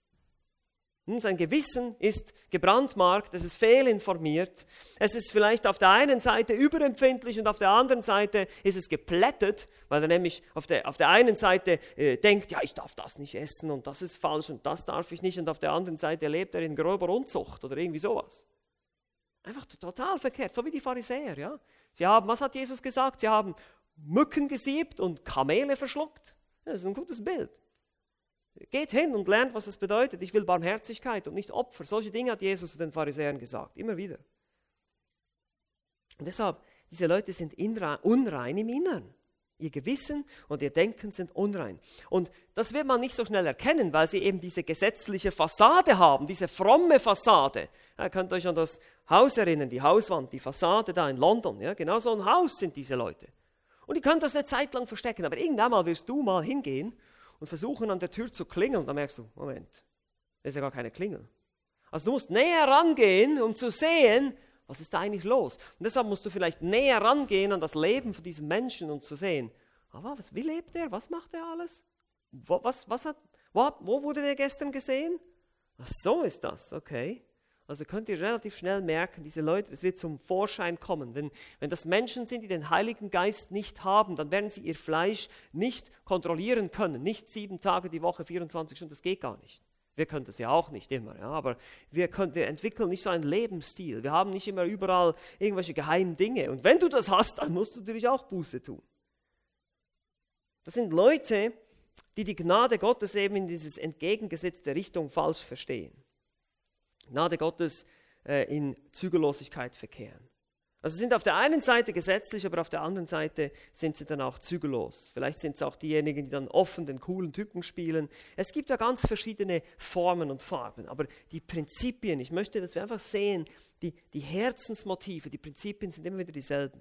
Sein Gewissen ist gebrandmarkt, es ist fehlinformiert, es ist vielleicht auf der einen Seite überempfindlich und auf der anderen Seite ist es geplättet, weil er nämlich auf der, auf der einen Seite äh, denkt, ja, ich darf das nicht essen und das ist falsch und das darf ich nicht und auf der anderen Seite lebt er in grober Unzucht oder irgendwie sowas. Einfach total verkehrt, so wie die Pharisäer. Ja? Sie haben, was hat Jesus gesagt? Sie haben Mücken gesiebt und Kamele verschluckt. Das ist ein gutes Bild. Geht hin und lernt, was es bedeutet. Ich will Barmherzigkeit und nicht Opfer. Solche Dinge hat Jesus zu den Pharisäern gesagt, immer wieder. Und deshalb, diese Leute sind unrein im Innern. Ihr Gewissen und ihr Denken sind unrein. Und das wird man nicht so schnell erkennen, weil sie eben diese gesetzliche Fassade haben, diese fromme Fassade. Ihr könnt euch an das Haus erinnern, die Hauswand, die Fassade da in London. Ja, genau so ein Haus sind diese Leute. Und die können das eine Zeit lang verstecken, aber irgendwann mal wirst du mal hingehen und versuchen an der Tür zu klingeln, und dann merkst du, Moment, das ist ja gar keine Klingel. Also du musst näher rangehen, um zu sehen, was ist da eigentlich los? Und deshalb musst du vielleicht näher rangehen an das Leben von diesem Menschen und zu sehen, aber was, wie lebt er, was macht er alles? Wo, was, was hat, wo, wo wurde der gestern gesehen? Ach so ist das, okay. Also könnt ihr relativ schnell merken, diese Leute, es wird zum Vorschein kommen. Wenn, wenn das Menschen sind, die den Heiligen Geist nicht haben, dann werden sie ihr Fleisch nicht kontrollieren können. Nicht sieben Tage die Woche, vierundzwanzig Stunden, das geht gar nicht. Wir können das ja auch nicht immer, ja, aber wir, können, wir entwickeln nicht so einen Lebensstil. Wir haben nicht immer überall irgendwelche geheimen Dinge. Und wenn du das hast, dann musst du natürlich auch Buße tun. Das sind Leute, die die Gnade Gottes eben in diese entgegengesetzte Richtung falsch verstehen. Gnade Gottes äh, in Zügellosigkeit verkehren. Also sind auf der einen Seite gesetzlich, aber auf der anderen Seite sind sie dann auch zügellos. Vielleicht sind es auch diejenigen, die dann offen den coolen Typen spielen. Es gibt ja ganz verschiedene Formen und Farben, aber die Prinzipien, ich möchte, dass wir einfach sehen, die, die Herzensmotive, die Prinzipien sind immer wieder dieselben.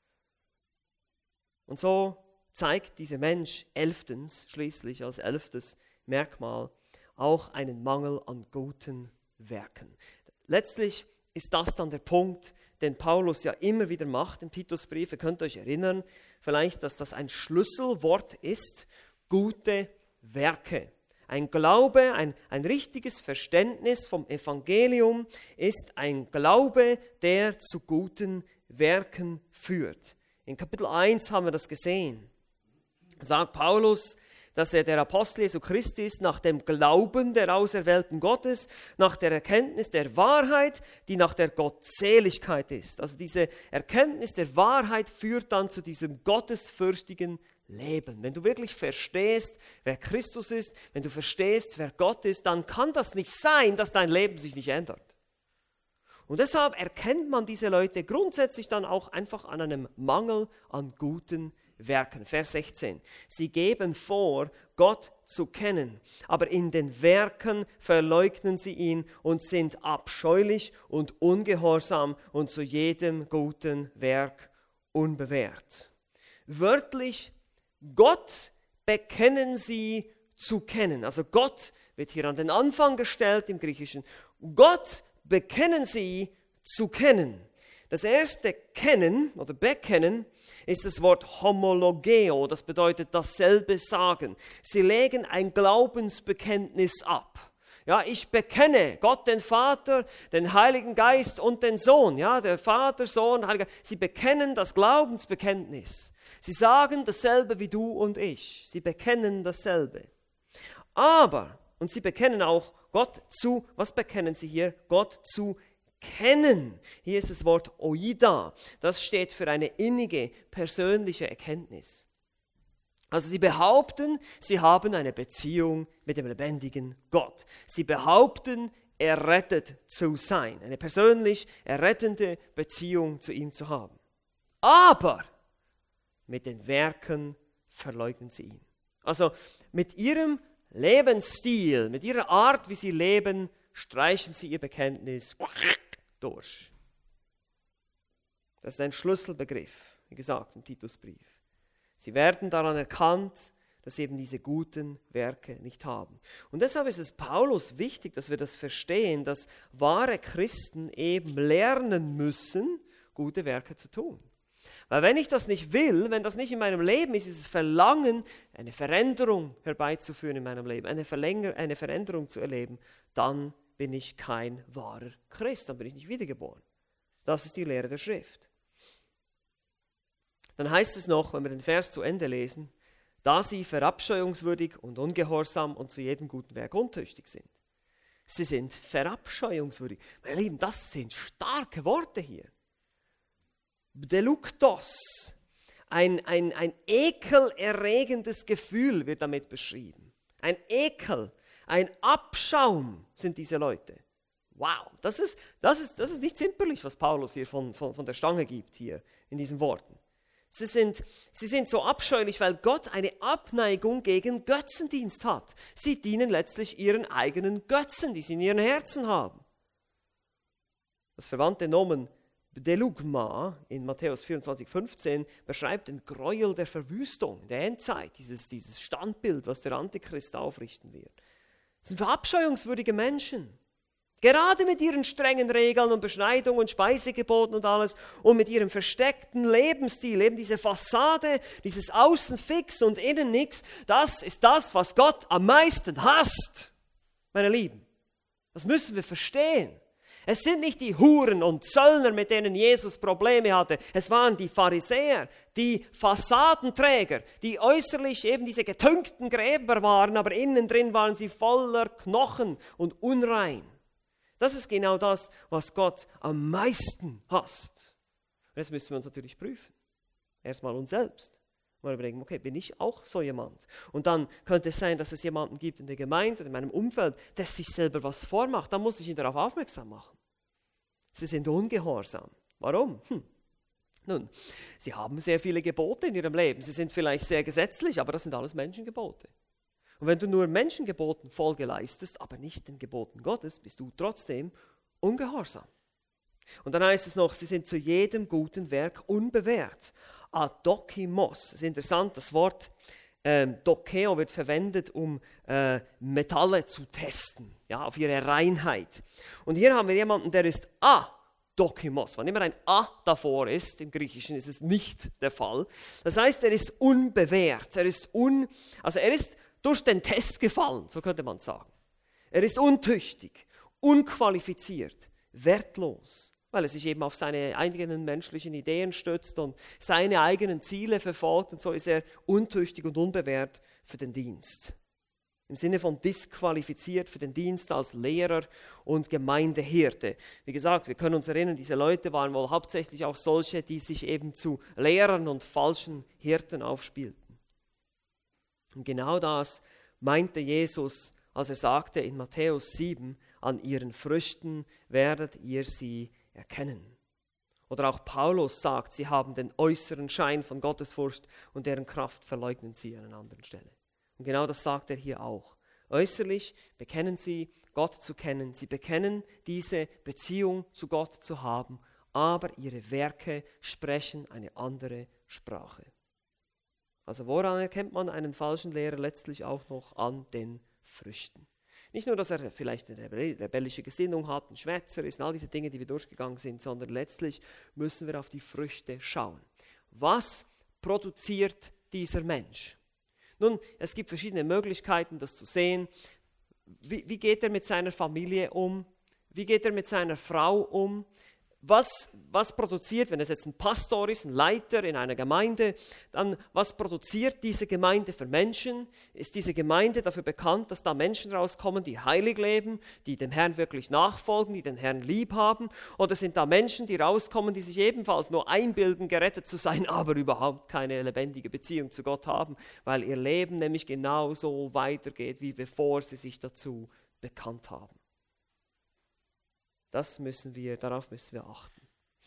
Und so zeigt dieser Mensch elftens, schließlich als elftes Merkmal, auch einen Mangel an guten Werken. Letztlich ist das dann der Punkt, den Paulus ja immer wieder macht im Titusbrief. Ihr könnt euch erinnern, vielleicht, dass das ein Schlüsselwort ist, gute Werke. Ein Glaube, ein, ein richtiges Verständnis vom Evangelium ist ein Glaube, der zu guten Werken führt. In Kapitel eins haben wir das gesehen. Sagt Paulus, dass er der Apostel Jesu Christi ist, nach dem Glauben der Auserwählten Gottes, nach der Erkenntnis der Wahrheit, die nach der Gottseligkeit ist. Also diese Erkenntnis der Wahrheit führt dann zu diesem gottesfürchtigen Leben. Wenn du wirklich verstehst, wer Christus ist, wenn du verstehst, wer Gott ist, dann kann das nicht sein, dass dein Leben sich nicht ändert. Und deshalb erkennt man diese Leute grundsätzlich dann auch einfach an einem Mangel an guten Werken. Vers sechzehn. Sie geben vor, Gott zu kennen, aber in den Werken verleugnen sie ihn und sind abscheulich und ungehorsam und zu jedem guten Werk unbewehrt. Wörtlich, Gott bekennen sie zu kennen. Also Gott wird hier an den Anfang gestellt im Griechischen. Gott bekennen sie zu kennen. Das erste Kennen oder Bekennen ist das Wort homologeo, das bedeutet dasselbe sagen. Sie legen ein Glaubensbekenntnis ab. Ja, ich bekenne Gott, den Vater, den Heiligen Geist und den Sohn. Ja, der Vater, Sohn, Heiliger Geist. Sie bekennen das Glaubensbekenntnis. Sie sagen dasselbe wie du und ich. Sie bekennen dasselbe. Aber, und sie bekennen auch Gott zu, was bekennen sie hier? Gott zu kennen. Hier ist das Wort oida. Das steht für eine innige, persönliche Erkenntnis. Also sie behaupten, sie haben eine Beziehung mit dem lebendigen Gott. Sie behaupten, errettet zu sein. Eine persönlich errettende Beziehung zu ihm zu haben. Aber mit den Werken verleugnen sie ihn. Also mit ihrem Lebensstil, mit ihrer Art, wie sie leben, streichen sie ihr Bekenntnis durch. Das ist ein Schlüsselbegriff, wie gesagt, im Titusbrief. Sie werden daran erkannt, dass sie eben diese guten Werke nicht haben. Und deshalb ist es Paulus wichtig, dass wir das verstehen, dass wahre Christen eben lernen müssen, gute Werke zu tun. Weil wenn ich das nicht will, wenn das nicht in meinem Leben ist, dieses Verlangen, eine Veränderung herbeizuführen in meinem Leben, eine, Verlänger, eine Veränderung zu erleben, dann bin ich kein wahrer Christ, dann bin ich nicht wiedergeboren. Das ist die Lehre der Schrift. Dann heißt es noch, wenn wir den Vers zu Ende lesen, da sie verabscheuungswürdig und ungehorsam und zu jedem guten Werk untüchtig sind. Sie sind verabscheuungswürdig. Meine Lieben, das sind starke Worte hier. Deluktos, ein, ein, ein ekelerregendes Gefühl wird damit beschrieben. Ein Ekel, ein Abschaum sind diese Leute. Wow, das ist, das ist, das ist nicht zimperlich, was Paulus hier von, von, von der Stange gibt, hier in diesen Worten. Sie sind, sie sind so abscheulich, weil Gott eine Abneigung gegen Götzendienst hat. Sie dienen letztlich ihren eigenen Götzen, die sie in ihren Herzen haben. Das verwandte Nomen Delugma in Matthäus vierundzwanzig, fünfzehn beschreibt den Gräuel der Verwüstung, der Endzeit, dieses, dieses Standbild, was der Antichrist aufrichten wird. Das sind verabscheuungswürdige Menschen. Gerade mit ihren strengen Regeln und Beschneidungen und Speisegeboten und alles und mit ihrem versteckten Lebensstil, eben diese Fassade, dieses Außen fix und innen nix, das ist das, was Gott am meisten hasst, meine Lieben. Das müssen wir verstehen. Es sind nicht die Huren und Zöllner, mit denen Jesus Probleme hatte. Es waren die Pharisäer, die Fassadenträger, die äußerlich eben diese getünkten Gräber waren, aber innen drin waren sie voller Knochen und unrein. Das ist genau das, was Gott am meisten hasst. Und jetzt müssen wir uns natürlich prüfen. Erstmal uns selbst. Mal überlegen, okay, bin ich auch so jemand? Und dann könnte es sein, dass es jemanden gibt in der Gemeinde, in meinem Umfeld, der sich selber was vormacht. Dann muss ich ihn darauf aufmerksam machen. Sie sind ungehorsam. Warum? Hm. Nun, sie haben sehr viele Gebote in ihrem Leben. Sie sind vielleicht sehr gesetzlich, aber das sind alles Menschengebote. Und wenn du nur Menschengeboten Folge leistest, aber nicht den Geboten Gottes, bist du trotzdem ungehorsam. Und dann heißt es noch, sie sind zu jedem guten Werk unbewährt. Adokimos, das ist interessant, das Wort ähm, Dokeo wird verwendet, um äh, Metalle zu testen, ja, auf ihre Reinheit. Und hier haben wir jemanden, der ist adokimos. Wann immer ein A davor ist, im Griechischen ist es nicht der Fall. Das heißt, er ist unbewährt, er ist un, also er ist durch den Test gefallen, so könnte man sagen. Er ist untüchtig, unqualifiziert, wertlos, weil er sich eben auf seine eigenen menschlichen Ideen stützt und seine eigenen Ziele verfolgt, und so ist er untüchtig und unbewährt für den Dienst. Im Sinne von disqualifiziert für den Dienst als Lehrer und Gemeindehirte. Wie gesagt, wir können uns erinnern, diese Leute waren wohl hauptsächlich auch solche, die sich eben zu Lehrern und falschen Hirten aufspielten. Und genau das meinte Jesus, als er sagte in Matthäus sieben, an ihren Früchten werdet ihr sie erkennen. Oder auch Paulus sagt, sie haben den äußeren Schein von Gottesfurcht und deren Kraft verleugnen sie an einer anderen Stelle. Und genau das sagt er hier auch. Äußerlich bekennen sie, Gott zu kennen. Sie bekennen, diese Beziehung zu Gott zu haben, aber ihre Werke sprechen eine andere Sprache. Also woran erkennt man einen falschen Lehrer? Letztlich auch noch an den Früchten. Nicht nur, dass er vielleicht eine rebellische Gesinnung hat, ein Schwätzer ist und all diese Dinge, die wir durchgegangen sind, sondern letztlich müssen wir auf die Früchte schauen. Was produziert dieser Mensch? Nun, es gibt verschiedene Möglichkeiten, das zu sehen. Wie, wie geht er mit seiner Familie um? Wie geht er mit seiner Frau um? Was, was produziert, wenn es jetzt ein Pastor ist, ein Leiter in einer Gemeinde, dann was produziert diese Gemeinde für Menschen? Ist diese Gemeinde dafür bekannt, dass da Menschen rauskommen, die heilig leben, die dem Herrn wirklich nachfolgen, die den Herrn lieb haben? Oder sind da Menschen, die rauskommen, die sich ebenfalls nur einbilden, gerettet zu sein, aber überhaupt keine lebendige Beziehung zu Gott haben, weil ihr Leben nämlich genauso weitergeht, wie bevor sie sich dazu bekannt haben? Das müssen wir, darauf müssen wir achten.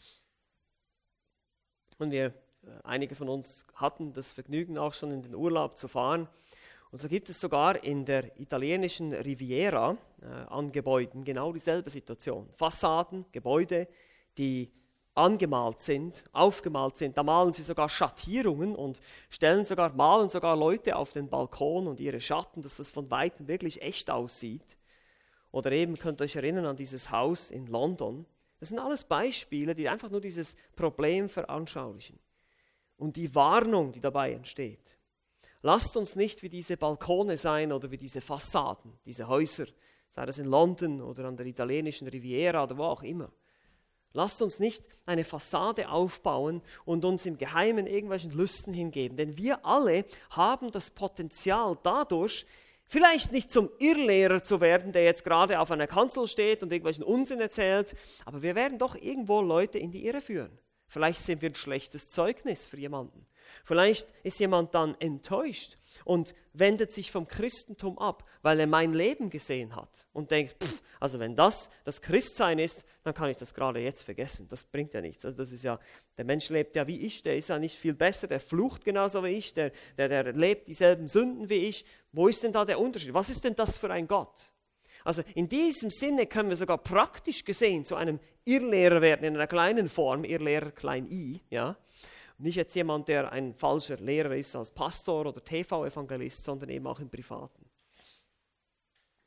Und wir, einige von uns hatten das Vergnügen auch schon in den Urlaub zu fahren. Und so gibt es sogar in der italienischen Riviera äh, an Gebäuden genau dieselbe Situation. Fassaden, Gebäude, die angemalt sind, aufgemalt sind. Da malen sie sogar Schattierungen und stellen sogar, malen sogar Leute auf den Balkon und ihre Schatten, dass das von Weitem wirklich echt aussieht. Oder eben, könnt ihr euch erinnern an dieses Haus in London. Das sind alles Beispiele, die einfach nur dieses Problem veranschaulichen. Und die Warnung, die dabei entsteht. Lasst uns nicht wie diese Balkone sein oder wie diese Fassaden, diese Häuser, sei das in London oder an der italienischen Riviera oder wo auch immer. Lasst uns nicht eine Fassade aufbauen und uns im Geheimen irgendwelchen Lüsten hingeben. Denn wir alle haben das Potenzial dadurch, vielleicht nicht zum Irrlehrer zu werden, der jetzt gerade auf einer Kanzel steht und irgendwelchen Unsinn erzählt, aber wir werden doch irgendwo Leute in die Irre führen. Vielleicht sind wir ein schlechtes Zeugnis für jemanden. Vielleicht ist jemand dann enttäuscht und wendet sich vom Christentum ab, weil er mein Leben gesehen hat und denkt, pff, also wenn das das Christsein ist, dann kann ich das gerade jetzt vergessen. Das bringt ja nichts. Also das ist ja, der Mensch lebt ja wie ich, der ist ja nicht viel besser, der flucht genauso wie ich, der, der, der lebt dieselben Sünden wie ich. Wo ist denn da der Unterschied? Was ist denn das für ein Gott? Also in diesem Sinne können wir sogar praktisch gesehen zu einem Irrlehrer werden, in einer kleinen Form, Irrlehrer klein i, ja. Nicht jetzt jemand, der ein falscher Lehrer ist als Pastor oder T V-Evangelist, sondern eben auch im Privaten.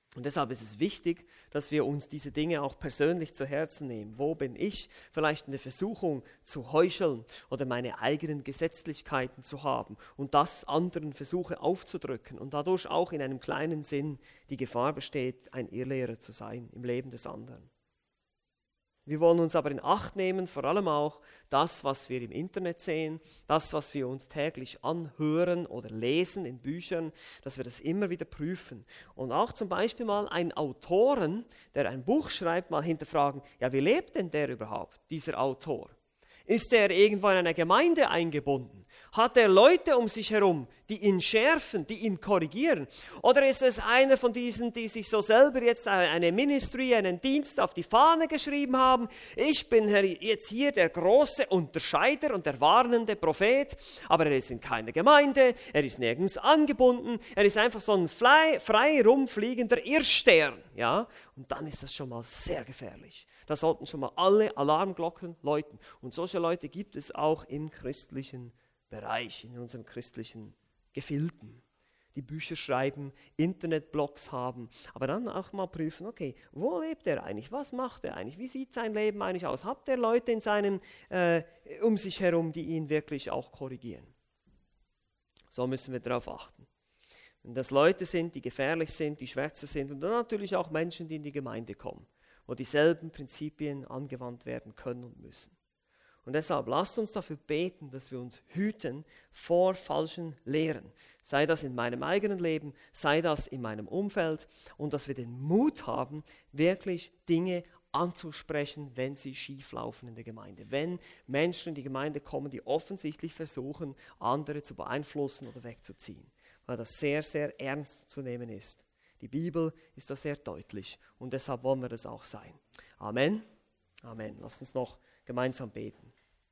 Und deshalb ist es wichtig, dass wir uns diese Dinge auch persönlich zu Herzen nehmen. Wo bin ich vielleicht in der Versuchung zu heucheln oder meine eigenen Gesetzlichkeiten zu haben und das anderen versuche aufzudrücken und dadurch auch in einem kleinen Sinn die Gefahr besteht, ein Irrlehrer zu sein im Leben des anderen. Wir wollen uns aber in Acht nehmen, vor allem auch das, was wir im Internet sehen, das, was wir uns täglich anhören oder lesen in Büchern, dass wir das immer wieder prüfen. Und auch zum Beispiel mal einen Autoren, der ein Buch schreibt, mal hinterfragen, ja, wie lebt denn der überhaupt, dieser Autor? Ist er irgendwo in einer Gemeinde eingebunden? Hat er Leute um sich herum, die ihn schärfen, die ihn korrigieren? Oder ist es einer von diesen, die sich so selber jetzt eine Ministry, einen Dienst auf die Fahne geschrieben haben? Ich bin jetzt hier der große Unterscheider und der warnende Prophet, aber er ist in keiner Gemeinde, er ist nirgends angebunden, er ist einfach so ein frei, frei rumfliegender Irrstern. Ja? Und dann ist das schon mal sehr gefährlich. Da sollten schon mal alle Alarmglocken läuten. Und solche Leute gibt es auch im christlichen Bereich, in unseren christlichen Gefilden. Die Bücher schreiben, Internetblogs haben, aber dann auch mal prüfen, okay, wo lebt er eigentlich, was macht er eigentlich, wie sieht sein Leben eigentlich aus? Hat er Leute in seinem, äh, um sich herum, die ihn wirklich auch korrigieren? So müssen wir darauf achten. Wenn das Leute sind, die gefährlich sind, die Schwätzer sind und dann natürlich auch Menschen, die in die Gemeinde kommen, wo dieselben Prinzipien angewandt werden können und müssen. Und deshalb lasst uns dafür beten, dass wir uns hüten vor falschen Lehren. Sei das in meinem eigenen Leben, sei das in meinem Umfeld und dass wir den Mut haben, wirklich Dinge anzusprechen, wenn sie schief laufen in der Gemeinde. Wenn Menschen in die Gemeinde kommen, die offensichtlich versuchen, andere zu beeinflussen oder wegzuziehen. Weil das sehr, sehr ernst zu nehmen ist. Die Bibel ist da sehr deutlich und deshalb wollen wir das auch sein. Amen. Amen. Lasst uns noch gemeinsam beten.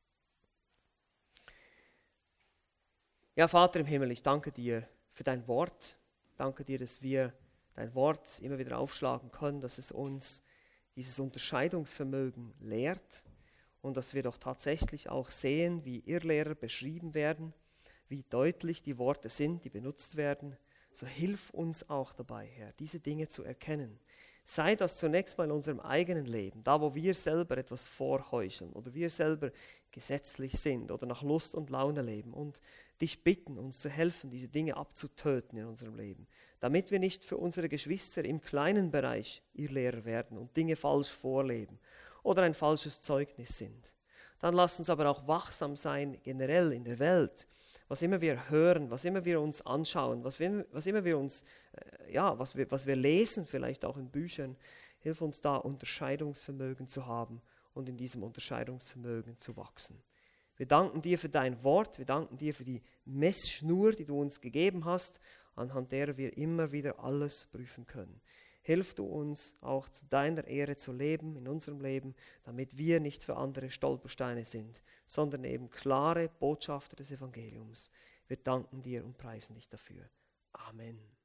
Ja, Vater im Himmel, ich danke dir für dein Wort. Danke dir, dass wir dein Wort immer wieder aufschlagen können, dass es uns dieses Unterscheidungsvermögen lehrt und dass wir doch tatsächlich auch sehen, wie Irrlehrer beschrieben werden, wie deutlich die Worte sind, die benutzt werden. So hilf uns auch dabei, Herr, diese Dinge zu erkennen. Sei das zunächst mal in unserem eigenen Leben, da wo wir selber etwas vorheucheln oder wir selber gesetzlich sind oder nach Lust und Laune leben und dich bitten, uns zu helfen, diese Dinge abzutöten in unserem Leben, damit wir nicht für unsere Geschwister im kleinen Bereich Irrlehrer werden und Dinge falsch vorleben oder ein falsches Zeugnis sind. Dann lass uns aber auch wachsam sein generell in der Welt, was immer wir hören, was immer wir uns anschauen, was, wir, was immer wir uns, äh, ja, was wir, was wir lesen, vielleicht auch in Büchern, hilf uns da Unterscheidungsvermögen zu haben und in diesem Unterscheidungsvermögen zu wachsen. Wir danken dir für dein Wort, wir danken dir für die Messschnur, die du uns gegeben hast, anhand der wir immer wieder alles prüfen können. Hilf du uns auch zu deiner Ehre zu leben in unserem Leben, damit wir nicht für andere Stolpersteine sind, sondern eben klare Botschafter des Evangeliums. Wir danken dir und preisen dich dafür. Amen.